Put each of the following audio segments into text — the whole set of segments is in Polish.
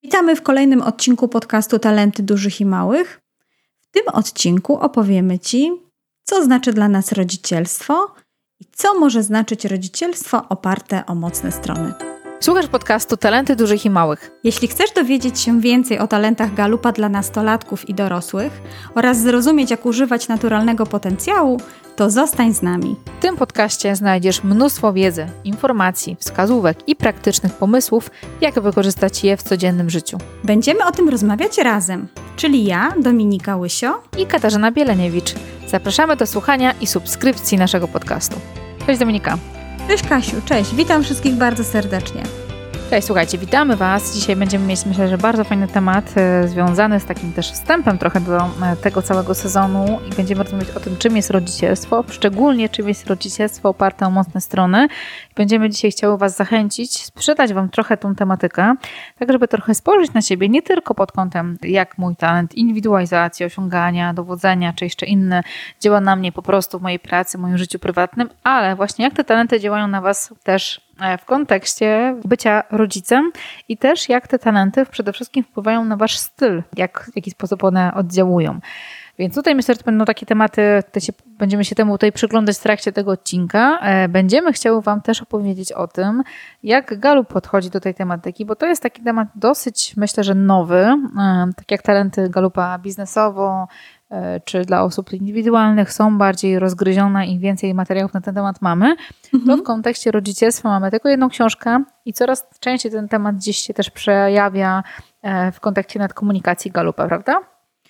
Witamy w kolejnym odcinku podcastu Talenty Dużych i Małych. W tym odcinku opowiemy Ci, co znaczy dla nas rodzicielstwo i co może znaczyć rodzicielstwo oparte o mocne strony. Słuchasz podcastu Talenty Dużych i Małych. Jeśli chcesz dowiedzieć się więcej o talentach Galupa dla nastolatków i dorosłych oraz zrozumieć, jak używać naturalnego potencjału, to zostań z nami. W tym podcaście znajdziesz mnóstwo wiedzy, informacji, wskazówek i praktycznych pomysłów, jak wykorzystać je w codziennym życiu. Będziemy o tym rozmawiać razem, czyli ja, Dominika Łysio i Katarzyna Bieleniewicz. Zapraszamy do słuchania i subskrypcji naszego podcastu. Cześć Dominika. Cześć Kasiu, cześć. Witam wszystkich bardzo serdecznie. Cześć, słuchajcie, witamy Was. Dzisiaj będziemy mieć, myślę, że bardzo fajny temat związany z takim też wstępem trochę do tego całego sezonu i będziemy rozmawiać o tym, czym jest rodzicielstwo, szczególnie czym jest rodzicielstwo oparte o mocne strony. Będziemy dzisiaj chciały Was zachęcić, sprzedać Wam trochę tą tematykę, tak żeby trochę spojrzeć na siebie, nie tylko pod kątem, jak mój talent indywidualizacji, osiągania, dowodzenia, czy jeszcze inny działa na mnie po prostu w mojej pracy, w moim życiu prywatnym, ale właśnie jak te talenty działają na Was też w kontekście bycia rodzicem i też jak te talenty przede wszystkim wpływają na wasz styl, w jaki sposób one oddziałują. Więc tutaj myślę, że to będą takie tematy, będziemy się temu tutaj przyglądać w trakcie tego odcinka. Będziemy chciały Wam też opowiedzieć o tym, jak Galup podchodzi do tej tematyki, bo to jest taki temat dosyć, myślę, że nowy, tak jak talenty Galupa biznesowo, czy dla osób indywidualnych są bardziej rozgryzione i więcej materiałów na ten temat mamy, to w kontekście rodzicielstwa mamy tylko jedną książkę i coraz częściej ten temat gdzieś się też przejawia w kontekście nadkomunikacji Galupa, prawda?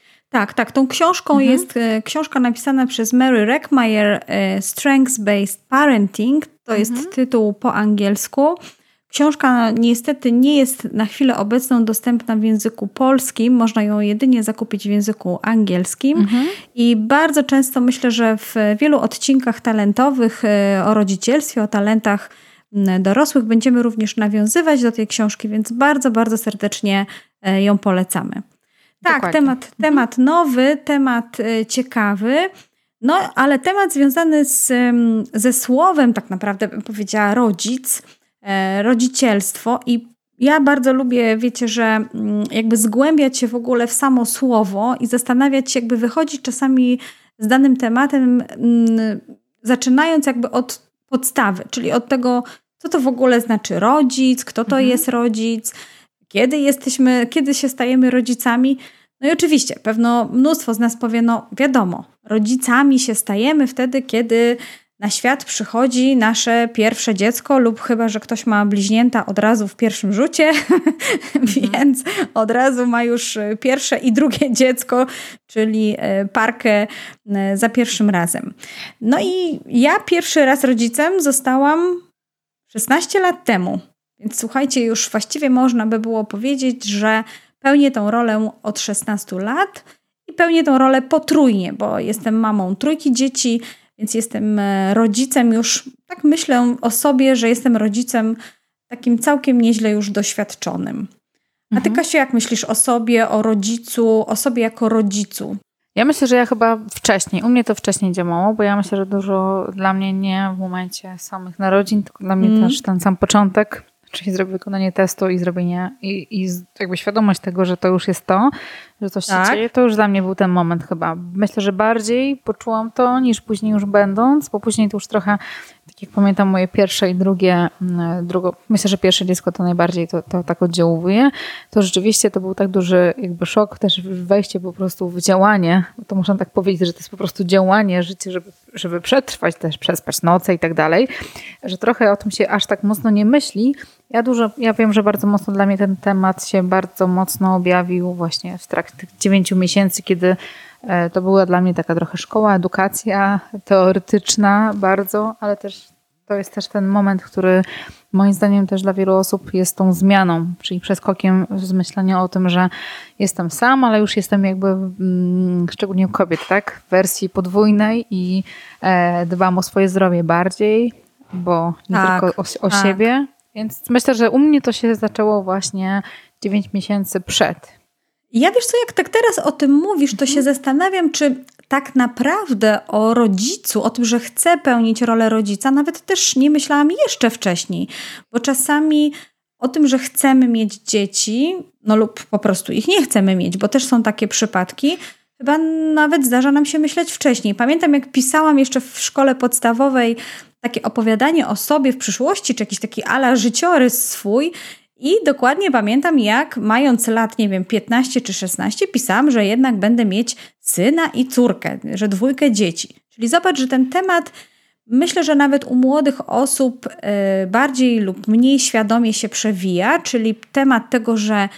Tak. Tą książką jest książka napisana przez Mary Reckmeyer, Strengths-Based Parenting. To jest tytuł po angielsku. Książka niestety nie jest na chwilę obecną dostępna w języku polskim. Można ją jedynie zakupić w języku angielskim. I bardzo często myślę, że w wielu odcinkach talentowych o rodzicielstwie, o talentach dorosłych będziemy również nawiązywać do tej książki, więc bardzo, bardzo serdecznie ją polecamy. Tak, temat nowy, temat ciekawy, no ale temat związany ze słowem tak naprawdę bym powiedziała rodzic, rodzicielstwo i ja bardzo lubię, wiecie, że jakby zgłębiać się w ogóle w samo słowo i zastanawiać się, jakby wychodzić czasami z danym tematem, zaczynając jakby od podstawy, czyli od tego, co to w ogóle znaczy rodzic, kto to jest rodzic, kiedy się stajemy rodzicami. No i oczywiście, mnóstwo z nas powie, no wiadomo, rodzicami się stajemy wtedy, kiedy na świat przychodzi nasze pierwsze dziecko lub chyba, że ktoś ma bliźnięta od razu w pierwszym rzucie, więc od razu ma już pierwsze i drugie dziecko, czyli parkę za pierwszym razem. No i ja pierwszy raz rodzicem zostałam 16 lat temu, więc słuchajcie, już właściwie można by było powiedzieć, że pełnię tą rolę od 16 lat i pełnię tą rolę potrójnie, bo jestem mamą 3 dzieci, więc jestem rodzicem już, tak myślę o sobie, że jestem rodzicem takim całkiem nieźle już doświadczonym. A ty, Kasiu, jak myślisz o sobie, o sobie jako rodzicu? Ja myślę, że ja chyba wcześniej, u mnie to wcześniej działało, bo ja myślę, że dużo dla mnie nie w momencie samych narodzin, tylko dla mnie też ten sam początek, czyli wykonanie testu i zrobienie i jakby świadomość tego, że to już jest to, że coś się dzieje, to już dla mnie był ten moment chyba. Myślę, że bardziej poczułam to niż później już będąc, bo później to już trochę, tak jak pamiętam moje pierwsze i myślę, że pierwsze dziecko to najbardziej to tak oddziałuje, to rzeczywiście to był tak duży jakby szok, też wejście po prostu w działanie, to można tak powiedzieć, że to jest po prostu działanie, życie, żeby przetrwać też, przespać noce i tak dalej, że trochę o tym się aż tak mocno nie myśli. Ja wiem, że bardzo mocno dla mnie ten temat się bardzo mocno objawił właśnie w trakcie tych 9 miesięcy, kiedy to była dla mnie taka trochę szkoła, edukacja teoretyczna bardzo, ale też to jest też ten moment, który moim zdaniem też dla wielu osób jest tą zmianą, czyli przeskokiem z myślenia o tym, że jestem sam, ale już jestem jakby, szczególnie u kobiet, tak, w wersji podwójnej i dbam o swoje zdrowie bardziej, bo nie tylko o siebie. Więc myślę, że u mnie to się zaczęło właśnie 9 miesięcy przed. Ja wiesz co, jak tak teraz o tym mówisz, to się zastanawiam, czy tak naprawdę o rodzicu, o tym, że chcę pełnić rolę rodzica, nawet też nie myślałam jeszcze wcześniej. Bo czasami o tym, że chcemy mieć dzieci, no lub po prostu ich nie chcemy mieć, bo też są takie przypadki, chyba nawet zdarza nam się myśleć wcześniej. Pamiętam, jak pisałam jeszcze w szkole podstawowej takie opowiadanie o sobie w przyszłości, czy jakiś taki ala życiorys swój i dokładnie pamiętam, jak mając lat, nie wiem, 15 czy 16, pisałam, że jednak będę mieć syna i córkę, że 2 dzieci. Czyli zobacz, że ten temat, myślę, że nawet u młodych osób bardziej lub mniej świadomie się przewija, czyli temat tego, że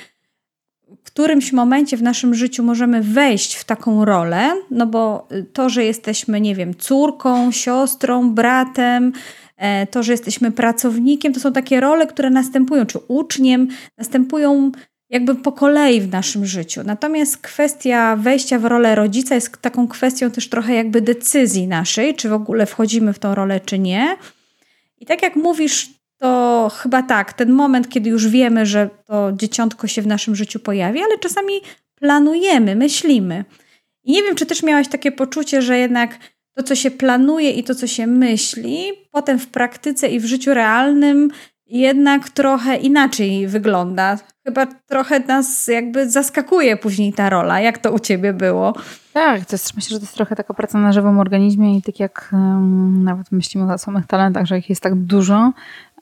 w którymś momencie w naszym życiu możemy wejść w taką rolę, no bo to, że jesteśmy, nie wiem, córką, siostrą, bratem, to, że jesteśmy pracownikiem, to są takie role, które następują, czy uczniem, następują jakby po kolei w naszym życiu. Natomiast kwestia wejścia w rolę rodzica jest taką kwestią też trochę jakby decyzji naszej, czy w ogóle wchodzimy w tą rolę, czy nie. I tak jak mówisz, to chyba tak, ten moment, kiedy już wiemy, że to dzieciątko się w naszym życiu pojawi, ale czasami planujemy, myślimy. I nie wiem, czy też miałaś takie poczucie, że jednak to, co się planuje i to, co się myśli, potem w praktyce i w życiu realnym jednak trochę inaczej wygląda. Chyba trochę nas jakby zaskakuje później ta rola. Jak to u ciebie było? Tak, to jest, myślę, że to jest trochę taka praca na żywym organizmie i tak jak nawet myślimy o samych talentach, że ich jest tak dużo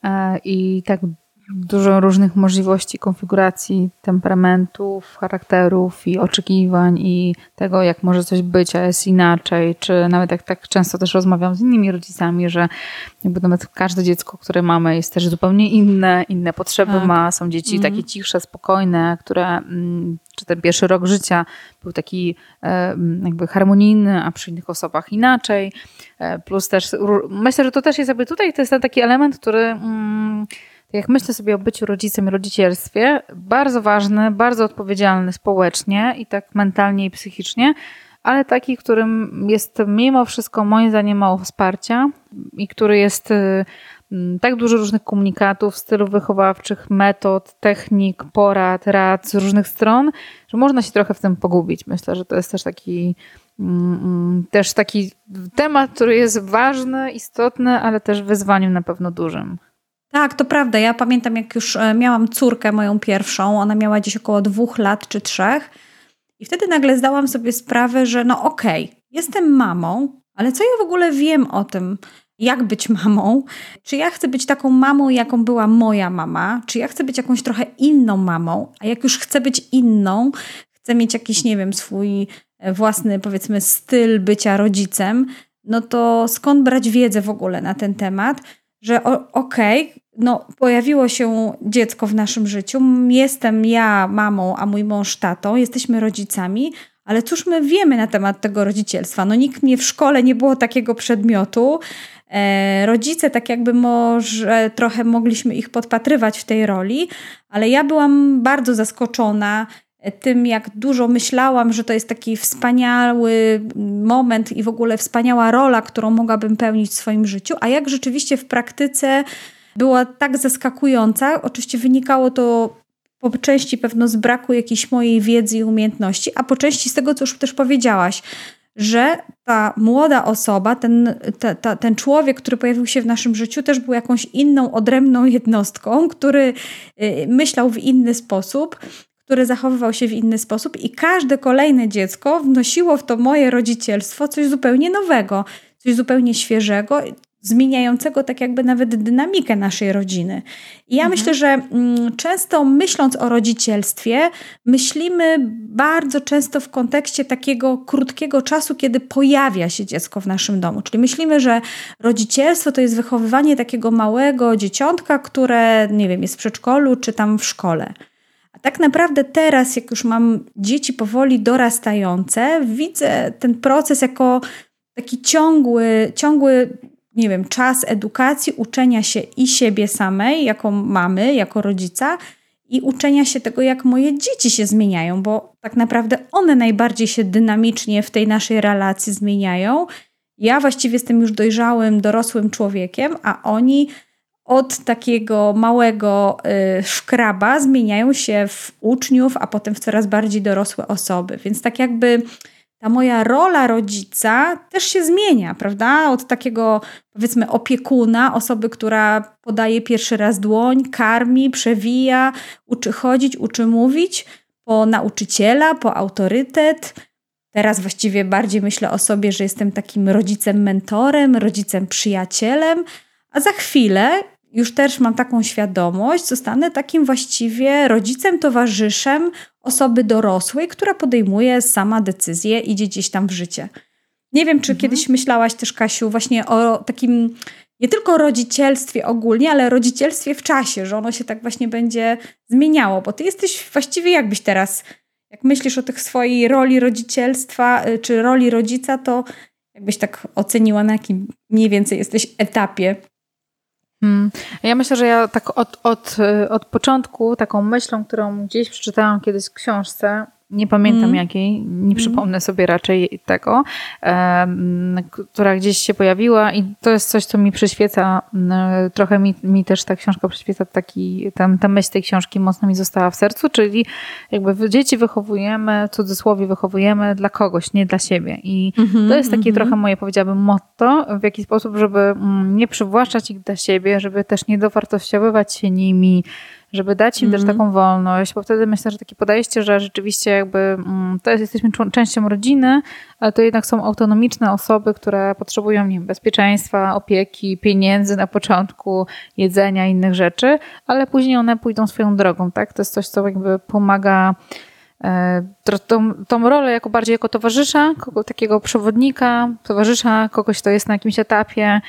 i tak dużo różnych możliwości, konfiguracji temperamentów, charakterów i oczekiwań i tego, jak może coś być, a jest inaczej, czy nawet jak tak często też rozmawiam z innymi rodzicami, że jakby nawet każde dziecko, które mamy, jest też zupełnie inne potrzeby ma. Są dzieci takie cichsze, spokojne, które czy ten pierwszy rok życia był taki jakby harmonijny, a przy innych osobach inaczej. Plus też myślę, że to też jest jakby tutaj, to jest ten taki element, który jak myślę sobie o byciu rodzicem i rodzicielstwie, bardzo ważny, bardzo odpowiedzialny społecznie i tak mentalnie i psychicznie, ale taki, którym jest mimo wszystko moim zdaniem mało wsparcia i który jest tak dużo różnych komunikatów, stylów wychowawczych, metod, technik, porad, rad z różnych stron, że można się trochę w tym pogubić. Myślę, że to jest też taki temat, który jest ważny, istotny, ale też wyzwaniem na pewno dużym. Tak, to prawda. Ja pamiętam, jak już miałam córkę moją pierwszą, ona miała gdzieś około 2 lat czy 3 i wtedy nagle zdałam sobie sprawę, że no okej, jestem mamą, ale co ja w ogóle wiem o tym, jak być mamą? Czy ja chcę być taką mamą, jaką była moja mama? Czy ja chcę być jakąś trochę inną mamą? A jak już chcę być inną, chcę mieć jakiś, nie wiem, swój własny, powiedzmy, styl bycia rodzicem, no to skąd brać wiedzę w ogóle na ten temat? Że no pojawiło się dziecko w naszym życiu, jestem ja mamą, a mój mąż tatą, jesteśmy rodzicami, ale cóż my wiemy na temat tego rodzicielstwa? No nikt mnie w szkole nie było takiego przedmiotu. Rodzice tak jakby może trochę mogliśmy ich podpatrywać w tej roli, ale ja byłam bardzo zaskoczona tym, jak dużo myślałam, że to jest taki wspaniały moment i w ogóle wspaniała rola, którą mogłabym pełnić w swoim życiu, a jak rzeczywiście w praktyce była tak zaskakująca. Oczywiście wynikało to po części pewno z braku jakiejś mojej wiedzy i umiejętności, a po części z tego, co już też powiedziałaś, że ta młoda osoba, ten człowiek, który pojawił się w naszym życiu, też był jakąś inną, odrębną jednostką, który myślał w inny sposób, który zachowywał się w inny sposób i każde kolejne dziecko wnosiło w to moje rodzicielstwo coś zupełnie nowego, coś zupełnie świeżego, zmieniającego tak jakby nawet dynamikę naszej rodziny. I ja myślę, że często myśląc o rodzicielstwie, myślimy bardzo często w kontekście takiego krótkiego czasu, kiedy pojawia się dziecko w naszym domu. Czyli myślimy, że rodzicielstwo to jest wychowywanie takiego małego dzieciątka, które, nie wiem, jest w przedszkolu czy tam w szkole. A tak naprawdę teraz, jak już mam dzieci powoli dorastające, widzę ten proces jako taki ciągły, nie wiem, czas edukacji, uczenia się i siebie samej, jako mamy, jako rodzica i uczenia się tego, jak moje dzieci się zmieniają, bo tak naprawdę one najbardziej się dynamicznie w tej naszej relacji zmieniają. Ja właściwie jestem już dojrzałym, dorosłym człowiekiem, a oni od takiego małego szkraba zmieniają się w uczniów, a potem w coraz bardziej dorosłe osoby. Więc tak jakby ta moja rola rodzica też się zmienia, prawda? Od takiego, powiedzmy, opiekuna, osoby, która podaje pierwszy raz dłoń, karmi, przewija, uczy chodzić, uczy mówić, po nauczyciela, po autorytet. Teraz właściwie bardziej myślę o sobie, że jestem takim rodzicem mentorem, rodzicem przyjacielem, a za chwilę już też mam taką świadomość, zostanę takim właściwie rodzicem, towarzyszem osoby dorosłej, która podejmuje sama decyzję, idzie gdzieś tam w życie. Nie wiem, czy kiedyś myślałaś też, Kasiu, właśnie o takim nie tylko rodzicielstwie ogólnie, ale rodzicielstwie w czasie, że ono się tak właśnie będzie zmieniało, bo ty jesteś właściwie jakbyś teraz, jak myślisz o tych swojej roli rodzicielstwa, czy roli rodzica, to jakbyś tak oceniła, na jakim mniej więcej jesteś etapie? Ja myślę, że ja tak od początku taką myślą, którą gdzieś przeczytałam kiedyś w książce, nie pamiętam jakiej, nie przypomnę sobie raczej tego, która gdzieś się pojawiła i to jest coś, co mi przyświeca, trochę mi też ta książka przyświeca, ta myśl tej książki mocno mi została w sercu, czyli jakby dzieci wychowujemy, w cudzysłowie wychowujemy dla kogoś, nie dla siebie. I to jest takie trochę moje, powiedziałabym, motto, w jaki sposób, żeby nie przywłaszczać ich dla siebie, żeby też nie dowartościowywać się nimi, żeby dać im też taką wolność, bo wtedy myślę, że takie podejście, że rzeczywiście jakby to jesteśmy częścią rodziny, ale to jednak są autonomiczne osoby, które potrzebują, nie wiem, bezpieczeństwa, opieki, pieniędzy na początku, jedzenia, innych rzeczy, ale później one pójdą swoją drogą, tak? To jest coś, co jakby pomaga tą rolę bardziej jako towarzysza, takiego przewodnika, towarzysza, kogoś, kto jest na jakimś etapie,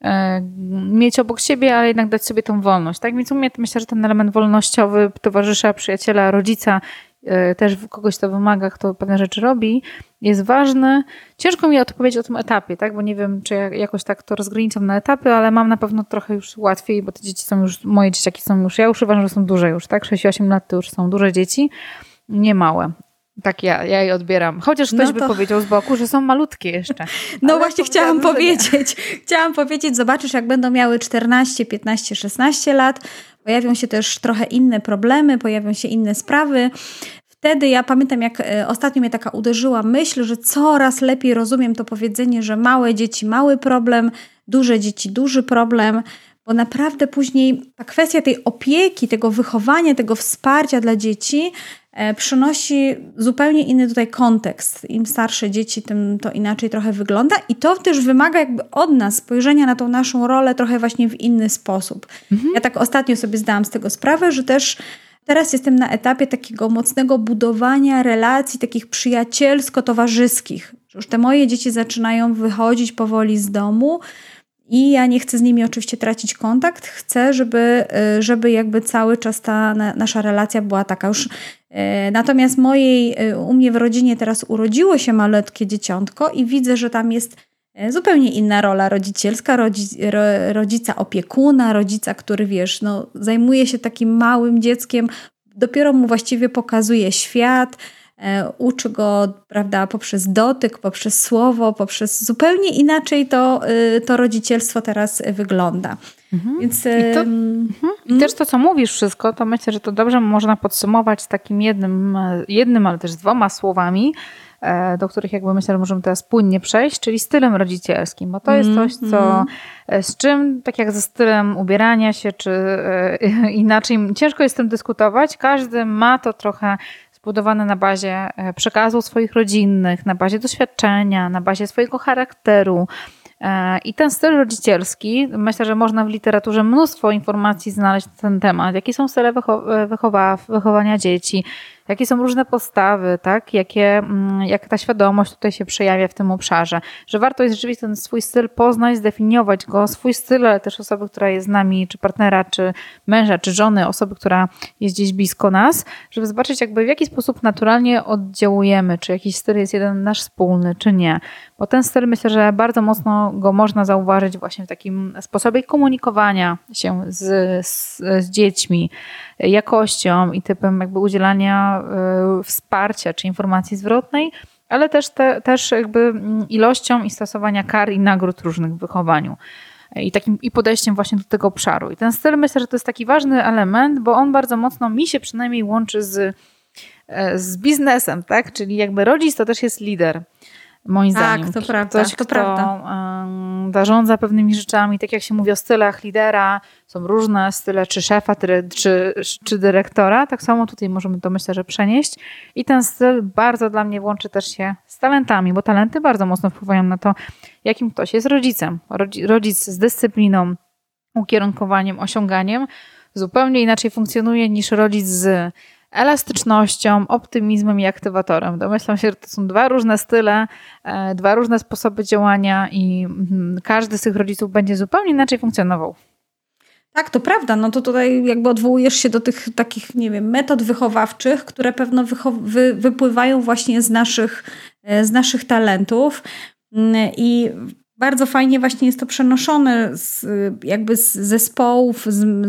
mieć obok siebie, ale jednak dać sobie tą wolność. Tak więc u mnie myślę, że ten element wolnościowy towarzysza, przyjaciela, rodzica, też kogoś, kto wymaga, kto pewne rzeczy robi, jest ważny. Ciężko mi odpowiedzieć o tym etapie, tak? Bo nie wiem, czy ja jakoś tak to rozgraniczam na etapy, ale mam na pewno trochę już łatwiej, bo te dzieci są już, moje dzieciaki są już, ja już uważam, że są duże już, tak? 6-8 lat to już są duże dzieci, nie małe. Tak ja je odbieram. Chociaż ktoś by powiedział z boku, że są malutkie jeszcze. No właśnie chciałam powiedzieć, zobaczysz, jak będą miały 14, 15, 16 lat, pojawią się też trochę inne problemy, pojawią się inne sprawy. Wtedy ja pamiętam, jak ostatnio mnie taka uderzyła myśl, że coraz lepiej rozumiem to powiedzenie, że małe dzieci, mały problem, duże dzieci, duży problem, bo naprawdę później ta kwestia tej opieki, tego wychowania, tego wsparcia dla dzieci przynosi zupełnie inny tutaj kontekst. Im starsze dzieci, tym to inaczej trochę wygląda i to też wymaga jakby od nas spojrzenia na tą naszą rolę trochę właśnie w inny sposób. Ja tak ostatnio sobie zdałam z tego sprawę, że też teraz jestem na etapie takiego mocnego budowania relacji takich przyjacielsko-towarzyskich. Już te moje dzieci zaczynają wychodzić powoli z domu i ja nie chcę z nimi oczywiście tracić kontakt. Chcę, żeby jakby cały czas ta nasza relacja była taka już. Natomiast u mnie w rodzinie teraz urodziło się malutkie dzieciątko i widzę, że tam jest zupełnie inna rola rodzicielska, rodzica opiekuna, rodzica, który zajmuje się takim małym dzieckiem, dopiero mu właściwie pokazuje świat, uczy go, prawda, poprzez dotyk, poprzez słowo, poprzez zupełnie inaczej to rodzicielstwo teraz wygląda. Więc, I też to, co mówisz wszystko, to myślę, że to dobrze można podsumować takim jednym, ale też 2 słowami, do których jakby myślę, że możemy teraz płynnie przejść, czyli stylem rodzicielskim, bo to jest coś, z czym, tak jak ze stylem ubierania się, czy inaczej, ciężko jest z tym dyskutować. Każdy ma to trochę zbudowane na bazie przekazu swoich rodzinnych, na bazie doświadczenia, na bazie swojego charakteru. I ten styl rodzicielski, myślę, że można w literaturze mnóstwo informacji znaleźć na ten temat. Jakie są style wychowania dzieci, jakie są różne postawy, tak? Jak ta świadomość tutaj się przejawia w tym obszarze. Że warto jest rzeczywiście ten swój styl poznać, zdefiniować go, swój styl, ale też osoby, która jest z nami, czy partnera, czy męża, czy żony, osoby, która jest gdzieś blisko nas, żeby zobaczyć jakby w jaki sposób naturalnie oddziałujemy, czy jakiś styl jest jeden nasz wspólny, czy nie. Bo ten styl, myślę, że bardzo mocno go można zauważyć właśnie w takim sposobie komunikowania się z dziećmi, jakością i typem jakby udzielania wsparcia czy informacji zwrotnej, ale też jakby ilością i stosowania kar i nagród różnych w wychowaniu. I podejściem właśnie do tego obszaru. I ten styl, myślę, że to jest taki ważny element, bo on bardzo mocno mi się przynajmniej łączy z z biznesem, tak? Czyli jakby rodzic to też jest lider. Moim zdaniem. Tak, to prawda. Ktoś, kto zarządza pewnymi rzeczami, tak jak się mówi o stylach lidera, są różne style, czy szefa, czy dyrektora, tak samo tutaj możemy to, myślę, że przenieść. I ten styl bardzo dla mnie łączy też się z talentami, bo talenty bardzo mocno wpływają na to, jakim ktoś jest rodzicem. Rodzic z dyscypliną, ukierunkowaniem, osiąganiem zupełnie inaczej funkcjonuje niż rodzic z elastycznością, optymizmem i aktywatorem. Domyślam się, że to są dwa różne style, dwa różne sposoby działania i każdy z tych rodziców będzie zupełnie inaczej funkcjonował. Tak, to prawda. No to tutaj jakby odwołujesz się do tych takich, nie wiem, metod wychowawczych, które pewno wypływają właśnie z naszych talentów i bardzo fajnie właśnie jest to przenoszone jakby z zespołów,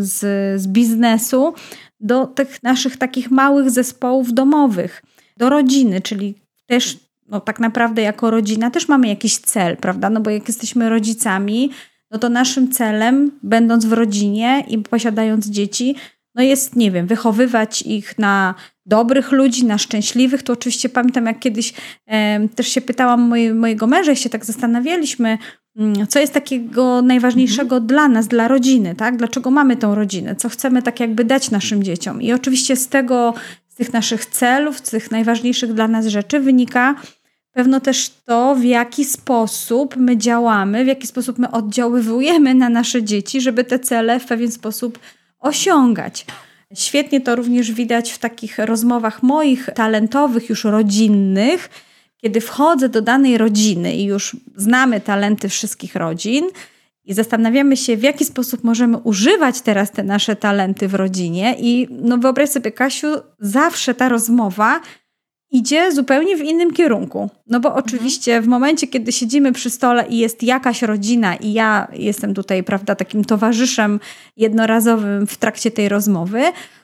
z biznesu do tych naszych takich małych zespołów domowych, do rodziny, czyli też no tak naprawdę jako rodzina też mamy jakiś cel, prawda? No bo jak jesteśmy rodzicami, no to naszym celem, będąc w rodzinie i posiadając dzieci, no jest, nie wiem, wychowywać ich na dobrych ludzi, na szczęśliwych. To oczywiście pamiętam, jak kiedyś też się pytałam mojego męża i się tak zastanawialiśmy, co jest takiego najważniejszego dla nas, dla rodziny, tak? Dlaczego mamy tą rodzinę? Co chcemy tak jakby dać naszym dzieciom? I oczywiście z tych naszych celów, z tych najważniejszych dla nas rzeczy wynika pewno też to, w jaki sposób my działamy, w jaki sposób my oddziaływujemy na nasze dzieci, żeby te cele w pewien sposób osiągać. Świetnie to również widać w takich rozmowach moich talentowych, już rodzinnych, kiedy wchodzę do danej rodziny i już znamy talenty wszystkich rodzin i zastanawiamy się, w jaki sposób możemy używać teraz te nasze talenty w rodzinie. I no wyobraź sobie, Kasiu, zawsze ta rozmowa idzie zupełnie w innym kierunku. No bo oczywiście w momencie, kiedy siedzimy przy stole i jest jakaś rodzina i ja jestem tutaj, prawda, takim towarzyszem jednorazowym w trakcie tej rozmowy,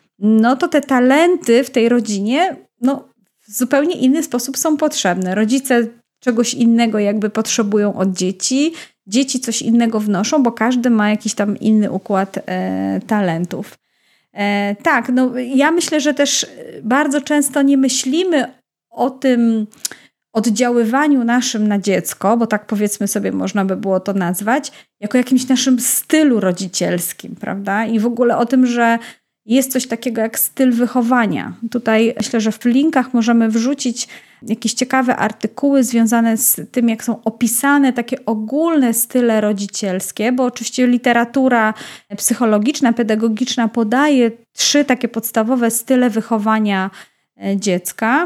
no to te talenty w tej rodzinie, no w zupełnie inny sposób są potrzebne. Rodzice czegoś innego jakby potrzebują od dzieci, dzieci coś innego wnoszą, bo każdy ma jakiś tam inny układ talentów. Tak, no ja myślę, że też bardzo często nie myślimy o tym oddziaływaniu naszym na dziecko, bo tak powiedzmy sobie można by było to nazwać, jako jakimś naszym stylu rodzicielskim, prawda? I w ogóle o tym, że jest coś takiego jak styl wychowania. Tutaj myślę, że w linkach możemy wrzucić jakieś ciekawe artykuły związane z tym, jak są opisane takie ogólne style rodzicielskie, bo oczywiście literatura psychologiczna, pedagogiczna podaje 3 takie podstawowe style wychowania dziecka.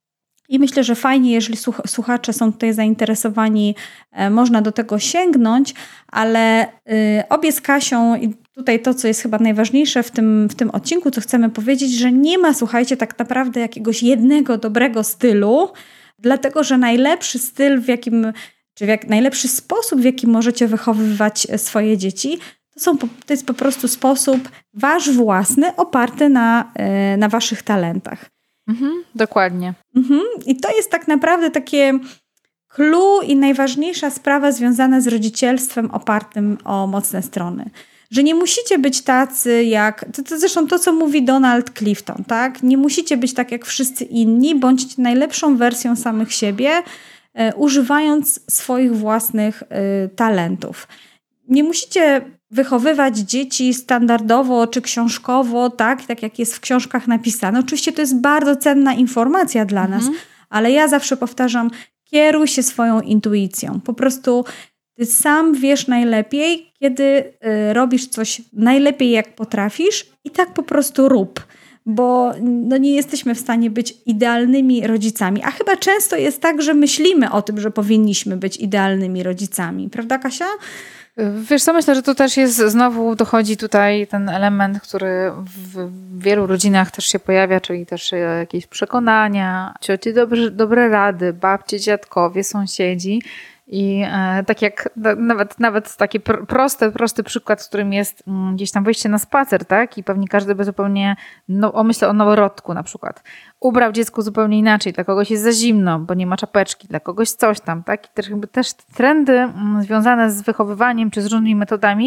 I myślę, że fajnie, jeżeli słuchacze są tutaj zainteresowani, można do tego sięgnąć, ale obie z Kasią i tutaj to, co jest chyba najważniejsze w tym odcinku, co chcemy powiedzieć, że nie ma, słuchajcie, tak naprawdę jakiegoś jednego dobrego stylu, dlatego że najlepszy styl, najlepszy sposób, w jaki możecie wychowywać swoje dzieci, to jest po prostu sposób wasz własny, oparty na waszych talentach. Dokładnie. I to jest tak naprawdę takie clue i najważniejsza sprawa związana z rodzicielstwem opartym o mocne strony. Że nie musicie być tacy jak, to zresztą to, co mówi Donald Clifton, tak? Nie musicie być tak jak wszyscy inni, bądźcie najlepszą wersją samych siebie, używając swoich własnych talentów. Nie musicie wychowywać dzieci standardowo czy książkowo, tak jak jest w książkach napisane. Oczywiście to jest bardzo cenna informacja dla nas, ale ja zawsze powtarzam, kieruj się swoją intuicją. Po prostu ty sam wiesz najlepiej, kiedy robisz coś najlepiej jak potrafisz i tak po prostu rób. Bo no nie jesteśmy w stanie być idealnymi rodzicami. A chyba często jest tak, że myślimy o tym, że powinniśmy być idealnymi rodzicami. Prawda, Kasia? Wiesz co, myślę, że to też jest, znowu dochodzi tutaj ten element, który w wielu rodzinach też się pojawia, czyli też jakieś przekonania, ciocie dobre rady, babcie, dziadkowie, sąsiedzi. I tak jak nawet taki prosty przykład, z którym jest gdzieś tam wyjście na spacer, tak? I pewnie każdy by zupełnie, myślę o noworodku na przykład. Ubrał dziecko zupełnie inaczej, dla kogoś jest za zimno, bo nie ma czapeczki, dla kogoś coś tam, tak? I też trendy związane z wychowywaniem czy z różnymi metodami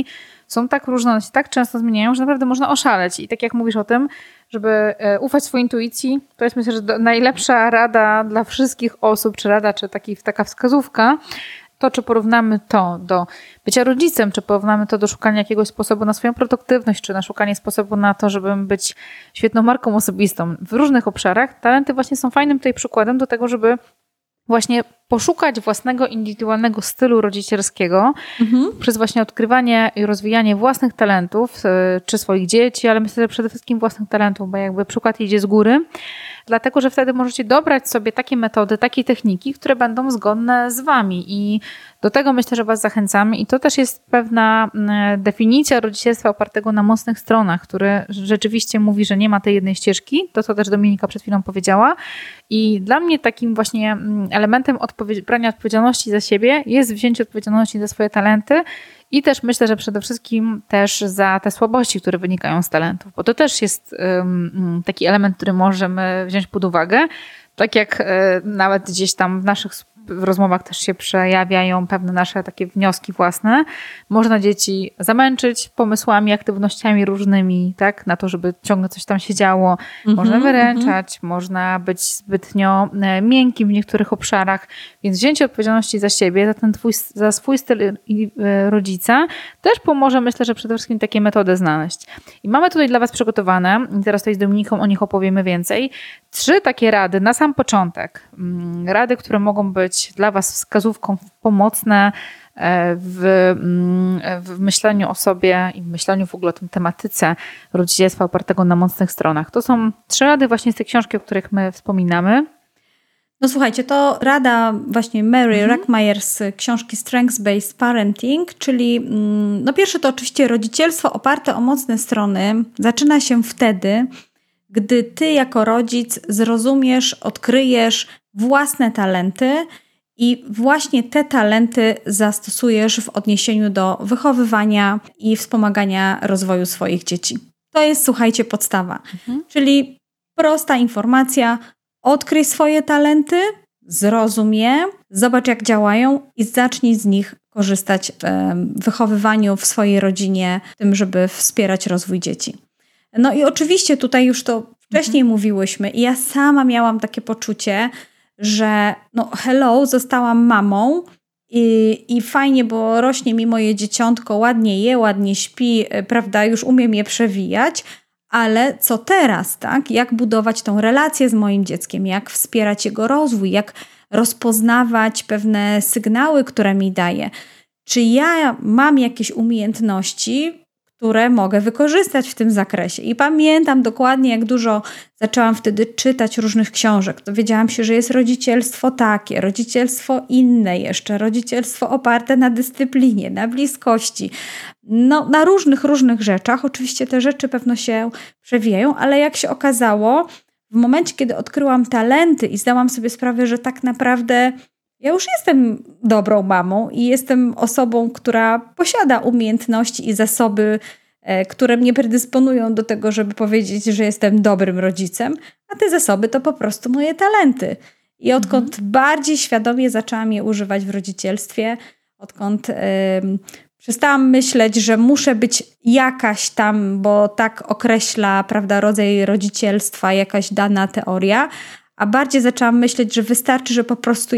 są tak różne, one się tak często zmieniają, że naprawdę można oszaleć. I tak jak mówisz o tym, żeby ufać swojej intuicji, to jest myślę, że najlepsza rada dla wszystkich osób, czy rada, czy taka wskazówka, to, czy porównamy to do bycia rodzicem, czy porównamy to do szukania jakiegoś sposobu na swoją produktywność, czy na szukanie sposobu na to, żeby być świetną marką osobistą w różnych obszarach, talenty właśnie są fajnym tutaj przykładem do tego, żeby właśnie poszukać własnego, indywidualnego stylu rodzicielskiego przez właśnie odkrywanie i rozwijanie własnych talentów, czy swoich dzieci, ale myślę, że przede wszystkim własnych talentów, bo jakby przykład idzie z góry, dlatego, że wtedy możecie dobrać sobie takie metody, takie techniki, które będą zgodne z wami i do tego myślę, że was zachęcamy i to też jest pewna definicja rodzicielstwa opartego na mocnych stronach, który rzeczywiście mówi, że nie ma tej jednej ścieżki, to co też Dominika przed chwilą powiedziała i dla mnie takim właśnie elementem brania odpowiedzialności za siebie jest wzięcie odpowiedzialności za swoje talenty i też myślę, że przede wszystkim też za te słabości, które wynikają z talentów, bo to też jest taki element, który możemy wziąć pod uwagę. Tak jak nawet gdzieś tam w naszych rozmowach też się przejawiają pewne nasze takie wnioski własne. Można dzieci zamęczyć pomysłami, aktywnościami różnymi, tak, na to, żeby ciągle coś tam się działo. Można wyręczać, można być zbytnio miękkim w niektórych obszarach, więc wzięcie odpowiedzialności za siebie, za swój styl rodzica też pomoże, myślę, że przede wszystkim takie metody znaleźć. I mamy tutaj dla was przygotowane, i teraz tutaj z Dominiką o nich opowiemy więcej, 3 takie rady na sam początek. Rady, które mogą być dla was wskazówką pomocne w myśleniu o sobie i w myśleniu w ogóle o tym tematyce rodzicielstwa opartego na mocnych stronach. To są 3 rady właśnie z tej książki, o których my wspominamy. No słuchajcie, to rada właśnie Mary Reckmeyer z książki Strengths Based Parenting, czyli no pierwsze to oczywiście rodzicielstwo oparte o mocne strony zaczyna się wtedy, gdy ty jako rodzic zrozumiesz, odkryjesz własne talenty i właśnie te talenty zastosujesz w odniesieniu do wychowywania i wspomagania rozwoju swoich dzieci. To jest, słuchajcie, podstawa. Czyli prosta informacja, odkryj swoje talenty, zrozum je, zobacz jak działają i zacznij z nich korzystać w wychowywaniu, w swojej rodzinie, w tym, żeby wspierać rozwój dzieci. No i oczywiście tutaj już to wcześniej mówiłyśmy i ja sama miałam takie poczucie, że no hello, zostałam mamą i fajnie, bo rośnie mi moje dzieciątko, ładnie je, ładnie śpi, prawda, już umiem je przewijać, ale co teraz, tak? Jak budować tą relację z moim dzieckiem, jak wspierać jego rozwój, jak rozpoznawać pewne sygnały, które mi daje. Czy ja mam jakieś umiejętności, które mogę wykorzystać w tym zakresie. I pamiętam dokładnie, jak dużo zaczęłam wtedy czytać różnych książek. Dowiedziałam się, że jest rodzicielstwo takie, rodzicielstwo inne jeszcze, rodzicielstwo oparte na dyscyplinie, na bliskości, no, na różnych rzeczach. Oczywiście te rzeczy pewno się przewijają, ale jak się okazało, w momencie, kiedy odkryłam talenty i zdałam sobie sprawę, że tak naprawdę ja już jestem dobrą mamą i jestem osobą, która posiada umiejętności i zasoby, które mnie predysponują do tego, żeby powiedzieć, że jestem dobrym rodzicem, a te zasoby to po prostu moje talenty. I odkąd bardziej świadomie zaczęłam je używać w rodzicielstwie, odkąd przestałam myśleć, że muszę być jakaś tam, bo tak określa, prawda, rodzaj rodzicielstwa, jakaś dana teoria, a bardziej zaczęłam myśleć, że wystarczy, że po prostu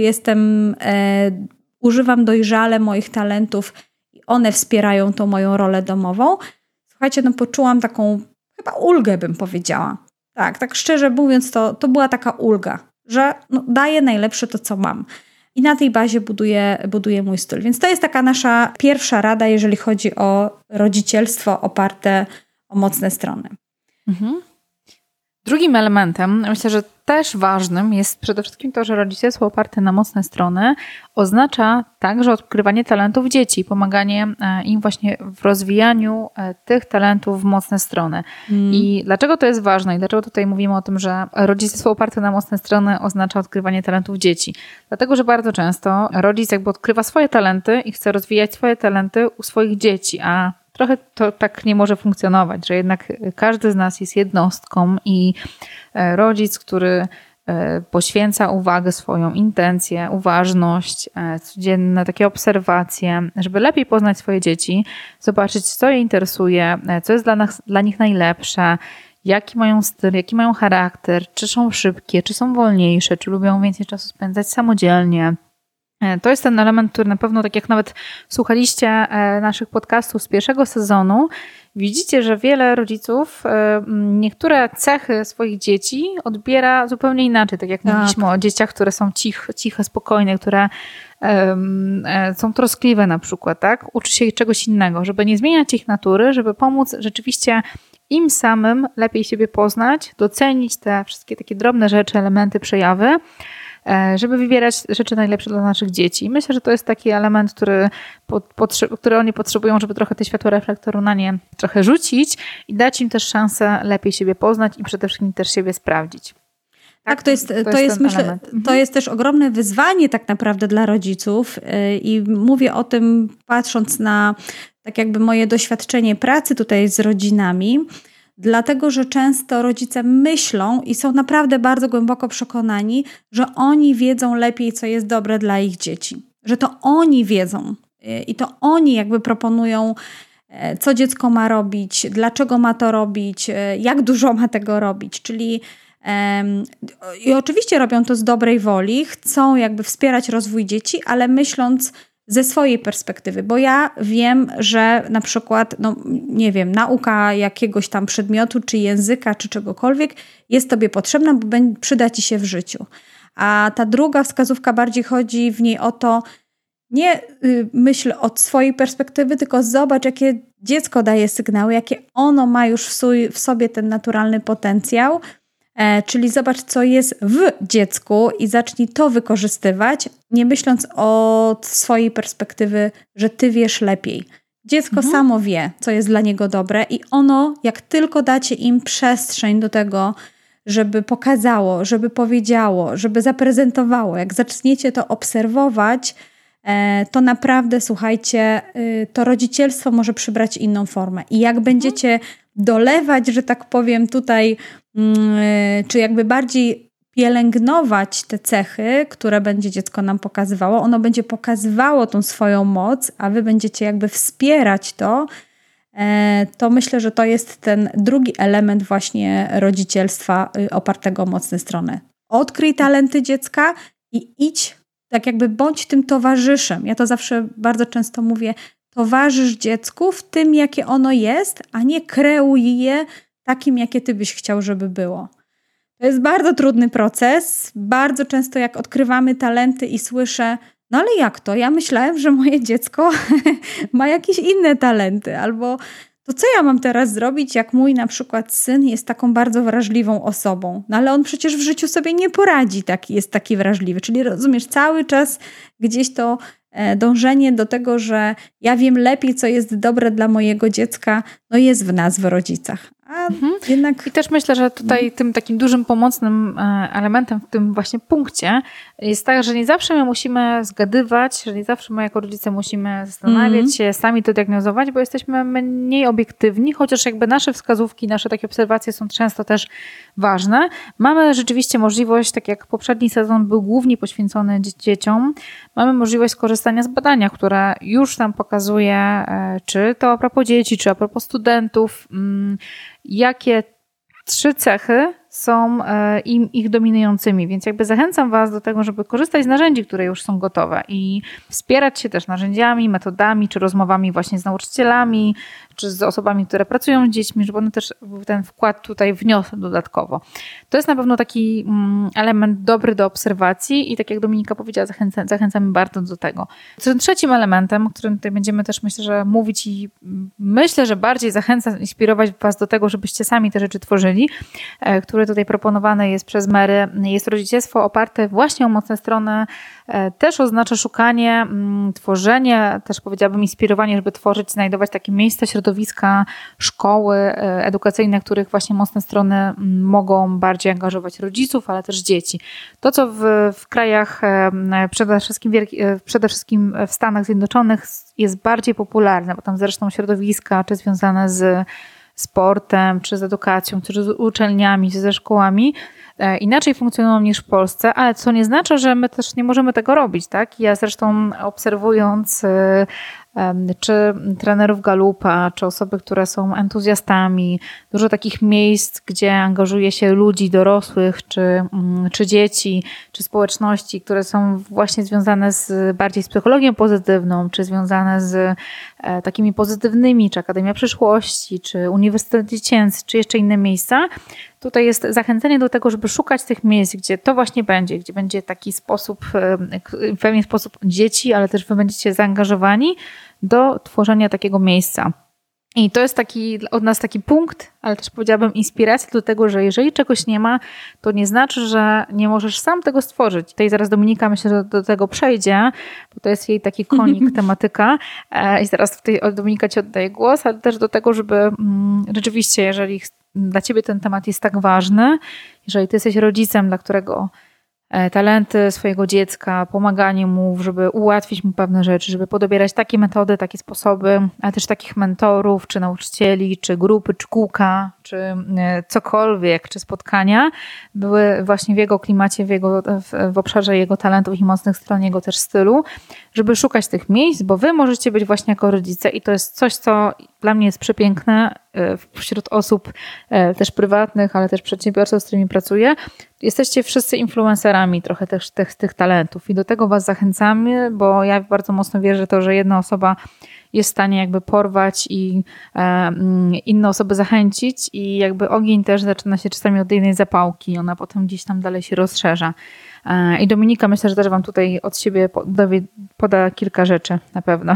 używam dojrzale moich talentów i one wspierają tą moją rolę domową. Słuchajcie, no poczułam taką chyba ulgę, bym powiedziała. Tak szczerze mówiąc, to była taka ulga, że no, daję najlepsze to, co mam. I na tej bazie buduję mój styl. Więc to jest taka nasza pierwsza rada, jeżeli chodzi o rodzicielstwo oparte o mocne strony. Drugim elementem, myślę, że też ważnym jest przede wszystkim to, że rodzicielstwo oparte na mocne strony oznacza także odkrywanie talentów dzieci, pomaganie im właśnie w rozwijaniu tych talentów w mocne strony. I dlaczego to jest ważne i dlaczego tutaj mówimy o tym, że rodzicielstwo oparte na mocne strony oznacza odkrywanie talentów dzieci? Dlatego, że bardzo często rodzic jakby odkrywa swoje talenty i chce rozwijać swoje talenty u swoich dzieci, a trochę to tak nie może funkcjonować, że jednak każdy z nas jest jednostką i rodzic, który poświęca uwagę swoją, intencję, uważność, codzienne takie obserwacje, żeby lepiej poznać swoje dzieci, zobaczyć, co je interesuje, co jest dla nich najlepsze, jaki mają styl, jaki mają charakter, czy są szybkie, czy są wolniejsze, czy lubią więcej czasu spędzać samodzielnie. To jest ten element, który na pewno, tak jak nawet słuchaliście naszych podcastów z pierwszego sezonu, widzicie, że wiele rodziców niektóre cechy swoich dzieci odbiera zupełnie inaczej. Tak jak mówiliśmy o dzieciach, które są ciche, spokojne, które są troskliwe na przykład, tak? Uczy się ich czegoś innego, żeby nie zmieniać ich natury, żeby pomóc rzeczywiście im samym lepiej siebie poznać, docenić te wszystkie takie drobne rzeczy, elementy, przejawy, żeby wybierać rzeczy najlepsze dla naszych dzieci. I myślę, że to jest taki element, który oni potrzebują, żeby trochę te światło reflektoru na nie trochę rzucić i dać im też szansę lepiej siebie poznać i przede wszystkim też siebie sprawdzić. Tak, to jest myślę, to jest też ogromne wyzwanie tak naprawdę dla rodziców i mówię o tym patrząc na tak jakby moje doświadczenie pracy tutaj z rodzinami, dlatego, że często rodzice myślą i są naprawdę bardzo głęboko przekonani, że oni wiedzą lepiej, co jest dobre dla ich dzieci. Że to oni wiedzą i to oni jakby proponują, co dziecko ma robić, dlaczego ma to robić, jak dużo ma tego robić. Czyli i oczywiście robią to z dobrej woli, chcą jakby wspierać rozwój dzieci, ale myśląc ze swojej perspektywy, bo ja wiem, że na przykład, nie wiem, nauka jakiegoś tam przedmiotu, czy języka, czy czegokolwiek jest tobie potrzebna, bo przyda ci się w życiu. A ta druga wskazówka bardziej chodzi w niej o to, nie myśl od swojej perspektywy, tylko zobacz, jakie dziecko daje sygnały, jakie ono ma już w sobie ten naturalny potencjał, czyli zobacz, co jest w dziecku i zacznij to wykorzystywać, nie myśląc od swojej perspektywy, że ty wiesz lepiej. Dziecko samo wie, co jest dla niego dobre i ono, jak tylko dacie im przestrzeń do tego, żeby pokazało, żeby powiedziało, żeby zaprezentowało, jak zaczniecie to obserwować, to naprawdę, słuchajcie, to rodzicielstwo może przybrać inną formę. I jak będziecie dolewać, że tak powiem tutaj, czy jakby bardziej pielęgnować te cechy, które będzie dziecko nam pokazywało, ono będzie pokazywało tą swoją moc, a wy będziecie jakby wspierać to myślę, że to jest ten drugi element właśnie rodzicielstwa opartego o mocne strony. Odkryj talenty dziecka i idź, tak jakby bądź tym towarzyszem. Ja to zawsze bardzo często mówię, towarzysz dziecku w tym, jakie ono jest, a nie kreuj je takim, jakie ty byś chciał, żeby było. To jest bardzo trudny proces. Bardzo często jak odkrywamy talenty i słyszę, no ale jak to? Ja myślałem, że moje dziecko ma jakieś inne talenty. Albo to co ja mam teraz zrobić, jak mój na przykład syn jest taką bardzo wrażliwą osobą. No ale on przecież w życiu sobie nie poradzi, jest taki wrażliwy. Czyli rozumiesz, cały czas gdzieś to dążenie do tego, że ja wiem lepiej, co jest dobre dla mojego dziecka, no jest w nas, w rodzicach. Jednak... I też myślę, że tutaj tym takim dużym pomocnym elementem w tym właśnie punkcie jest tak, że nie zawsze my musimy zgadywać, że nie zawsze my jako rodzice musimy zastanawiać się, sami to diagnozować, bo jesteśmy mniej obiektywni, chociaż jakby nasze wskazówki, nasze takie obserwacje są często też ważne. Mamy rzeczywiście możliwość, tak jak poprzedni sezon był głównie poświęcony dzieciom, mamy możliwość skorzystania z badania, które już nam pokazuje, czy to a propos dzieci, czy a propos studentów, jakie 3 cechy są ich dominującymi, więc jakby zachęcam was do tego, żeby korzystać z narzędzi, które już są gotowe i wspierać się też narzędziami, metodami, czy rozmowami właśnie z nauczycielami, czy z osobami, które pracują z dziećmi, żeby one też ten wkład tutaj wniosły dodatkowo. To jest na pewno taki element dobry do obserwacji i tak jak Dominika powiedziała, zachęcamy bardzo do tego. Tym trzecim elementem, o którym tutaj będziemy też myślę, że mówić i myślę, że bardziej zachęcam, inspirować was do tego, żebyście sami te rzeczy tworzyli, które tutaj proponowane jest przez Mary, jest rodzicielstwo oparte właśnie o mocne strony, też oznacza szukanie, tworzenie, też powiedziałabym inspirowanie, żeby tworzyć, znajdować takie miejsca, środowiska, szkoły edukacyjne, których właśnie mocne strony mogą bardziej angażować rodziców, ale też dzieci. To, co w krajach, przede wszystkim w Stanach Zjednoczonych jest bardziej popularne, bo tam zresztą środowiska, czy związane z sportem, czy z edukacją, czy z uczelniami, czy ze szkołami, inaczej funkcjonują niż w Polsce, ale co nie znaczy, że my też nie możemy tego robić, tak? Ja zresztą obserwując czy trenerów Galupa, czy osoby, które są entuzjastami, dużo takich miejsc, gdzie angażuje się ludzi dorosłych, czy dzieci, czy społeczności, które są właśnie związane bardziej z psychologią pozytywną, czy związane z takimi pozytywnymi, czy Akademia Przyszłości, czy Uniwersytet Dziecięcy, czy jeszcze inne miejsca. Tutaj jest zachęcenie do tego, żeby szukać tych miejsc, gdzie to właśnie będzie, gdzie będzie taki sposób, w pewien sposób dzieci, ale też wy będziecie zaangażowani do tworzenia takiego miejsca. I to jest od nas taki punkt, ale też powiedziałabym inspiracja do tego, że jeżeli czegoś nie ma, to nie znaczy, że nie możesz sam tego stworzyć. Tutaj zaraz Dominika myślę, że do tego przejdzie, bo to jest jej taki konik, tematyka. I zaraz Dominika ci oddaję głos, ale też do tego, żeby rzeczywiście, jeżeli dla ciebie ten temat jest tak ważny, jeżeli ty jesteś rodzicem, dla którego talenty swojego dziecka, pomaganie mu, żeby ułatwić mu pewne rzeczy, żeby podobierać takie metody, takie sposoby, ale też takich mentorów, czy nauczycieli, czy grupy, czy kółka, czy cokolwiek, czy spotkania były właśnie w jego klimacie, w obszarze jego talentów i mocnych stron, jego też stylu, żeby szukać tych miejsc, bo wy możecie być właśnie jako rodzice i to jest coś, co dla mnie jest przepiękne wśród osób też prywatnych, ale też przedsiębiorców, z którymi pracuję. Jesteście wszyscy influencerami trochę też tych talentów i do tego was zachęcamy, bo ja bardzo mocno wierzę w to, że jedna osoba jest w stanie jakby porwać i inne osoby zachęcić i jakby ogień też zaczyna się czasami od jednej zapałki i ona potem gdzieś tam dalej się rozszerza. I Dominika myślę, że też wam tutaj od siebie poda kilka rzeczy na pewno.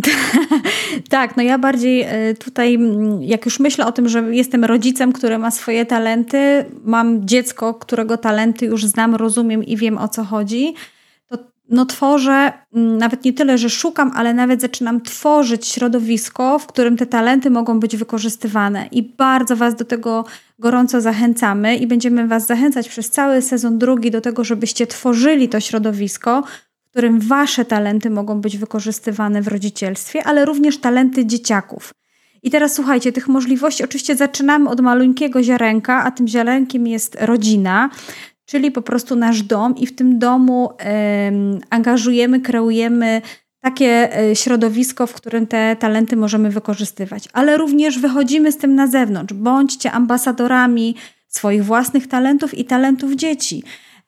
Tak, no ja bardziej tutaj, jak już myślę o tym, że jestem rodzicem, który ma swoje talenty, mam dziecko, którego talenty już znam, rozumiem i wiem, o co chodzi, to tworzę, nawet nie tyle, że szukam, ale nawet zaczynam tworzyć środowisko, w którym te talenty mogą być wykorzystywane. I bardzo was do tego gorąco zachęcamy i będziemy was zachęcać przez cały sezon 2 do tego, żebyście tworzyli to środowisko, w którym wasze talenty mogą być wykorzystywane w rodzicielstwie, ale również talenty dzieciaków. I teraz słuchajcie, tych możliwości oczywiście zaczynamy od maleńkiego ziarenka, a tym ziarenkiem jest rodzina, czyli po prostu nasz dom i w tym domu angażujemy, kreujemy takie środowisko, w którym te talenty możemy wykorzystywać. Ale również wychodzimy z tym na zewnątrz. Bądźcie ambasadorami swoich własnych talentów i talentów dzieci.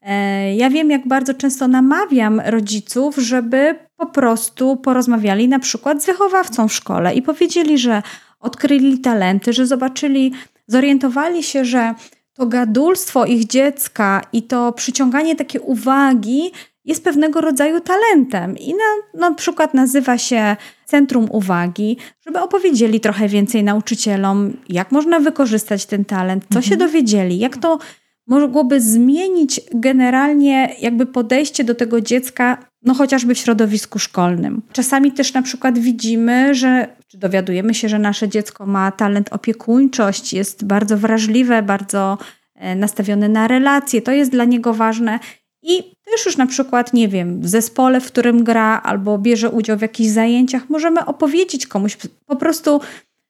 Ja wiem, jak bardzo często namawiam rodziców, żeby po prostu porozmawiali na przykład z wychowawcą w szkole i powiedzieli, że odkryli talenty, że zobaczyli, zorientowali się, że to gadulstwo ich dziecka i to przyciąganie takiej uwagi jest pewnego rodzaju talentem. I na przykład nazywa się Centrum Uwagi, żeby opowiedzieli trochę więcej nauczycielom, jak można wykorzystać ten talent, co się dowiedzieli, jak to mogłoby zmienić generalnie jakby podejście do tego dziecka, no chociażby w środowisku szkolnym. Czasami też na przykład widzimy, czy dowiadujemy się, że nasze dziecko ma talent opiekuńczość, jest bardzo wrażliwe, bardzo nastawione na relacje, to jest dla niego ważne i też już na przykład, nie wiem, w zespole, w którym gra albo bierze udział w jakichś zajęciach, możemy opowiedzieć komuś, po prostu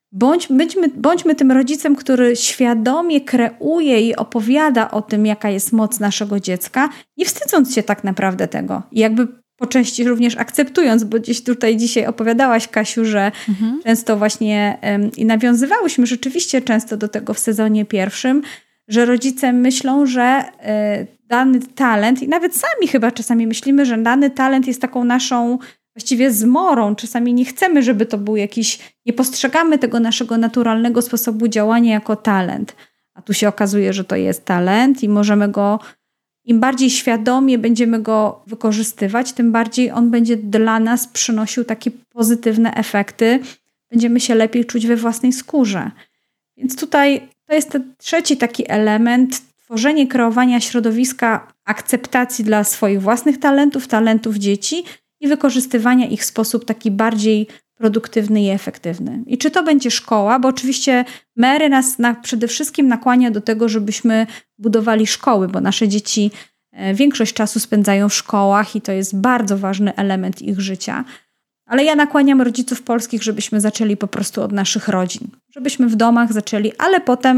bądźmy tym rodzicem, który świadomie kreuje i opowiada o tym, jaka jest moc naszego dziecka, nie wstydząc się tak naprawdę tego. I jakby po części również akceptując, bo gdzieś tutaj dzisiaj opowiadałaś, Kasiu, że często właśnie i nawiązywałyśmy rzeczywiście często do tego w sezonie 1, że rodzice myślą, że dany talent i nawet sami chyba czasami myślimy, że dany talent jest taką naszą właściwie zmorą. Czasami nie chcemy, żeby to był nie postrzegamy tego naszego naturalnego sposobu działania jako talent. A tu się okazuje, że to jest talent i możemy go, im bardziej świadomie będziemy go wykorzystywać, tym bardziej on będzie dla nas przynosił takie pozytywne efekty. Będziemy się lepiej czuć we własnej skórze. Więc tutaj to jest ten trzeci taki element, tworzenie, kreowania środowiska akceptacji dla swoich własnych talentów dzieci i wykorzystywania ich w sposób taki bardziej produktywny i efektywny. I czy to będzie szkoła, bo oczywiście Mary nas przede wszystkim nakłania do tego, żebyśmy budowali szkoły, bo nasze dzieci większość czasu spędzają w szkołach i to jest bardzo ważny element ich życia. Ale ja nakłaniam rodziców polskich, żebyśmy zaczęli po prostu od naszych rodzin. Żebyśmy w domach zaczęli, ale potem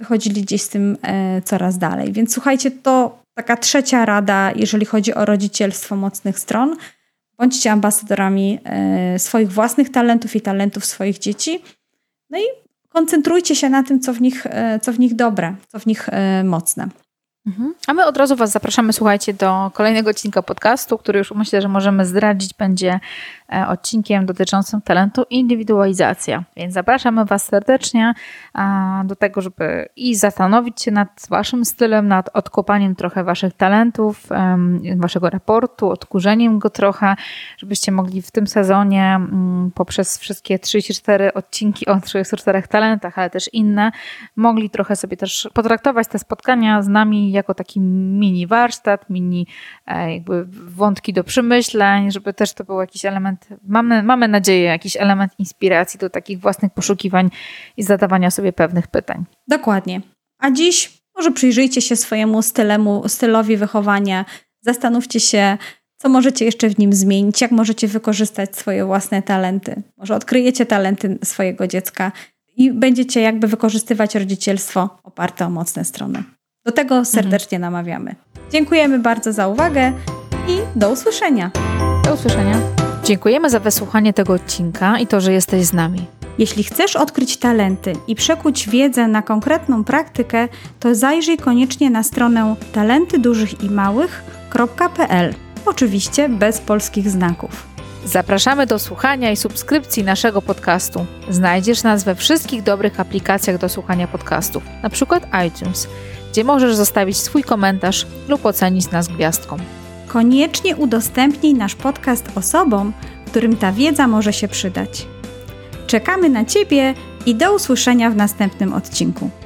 wychodzili gdzieś z tym coraz dalej. Więc słuchajcie, to taka trzecia rada, jeżeli chodzi o rodzicielstwo mocnych stron. Bądźcie ambasadorami swoich własnych talentów i talentów swoich dzieci. No i koncentrujcie się na tym, co w nich dobre, co w nich mocne. A my od razu Was zapraszamy, słuchajcie, do kolejnego odcinka podcastu, który już myślę, że możemy zdradzić, będzie odcinkiem dotyczącym talentu indywidualizacja. Więc zapraszamy Was serdecznie do tego, żeby i zastanowić się nad Waszym stylem, nad odkopaniem trochę Waszych talentów, Waszego raportu, odkurzeniem go trochę, żebyście mogli w tym sezonie poprzez wszystkie 34 odcinki o 34 talentach, ale też inne, mogli trochę sobie też potraktować te spotkania z nami jako taki mini warsztat, mini jakby wątki do przemyśleń, żeby też to był jakiś element, mamy nadzieję, jakiś element inspiracji do takich własnych poszukiwań i zadawania sobie pewnych pytań. Dokładnie. A dziś może przyjrzyjcie się swojemu stylowi wychowania, zastanówcie się, co możecie jeszcze w nim zmienić, jak możecie wykorzystać swoje własne talenty. Może odkryjecie talenty swojego dziecka i będziecie jakby wykorzystywać rodzicielstwo oparte o mocne strony. Do tego serdecznie namawiamy. Dziękujemy bardzo za uwagę i do usłyszenia. Do usłyszenia. Dziękujemy za wysłuchanie tego odcinka i to, że jesteś z nami. Jeśli chcesz odkryć talenty i przekuć wiedzę na konkretną praktykę, to zajrzyj koniecznie na stronę talentydużychimałych.pl. Oczywiście bez polskich znaków. Zapraszamy do słuchania i subskrypcji naszego podcastu. Znajdziesz nas we wszystkich dobrych aplikacjach do słuchania podcastów, np. iTunes, gdzie możesz zostawić swój komentarz lub ocenić nas gwiazdką. Koniecznie udostępnij nasz podcast osobom, którym ta wiedza może się przydać. Czekamy na Ciebie i do usłyszenia w następnym odcinku.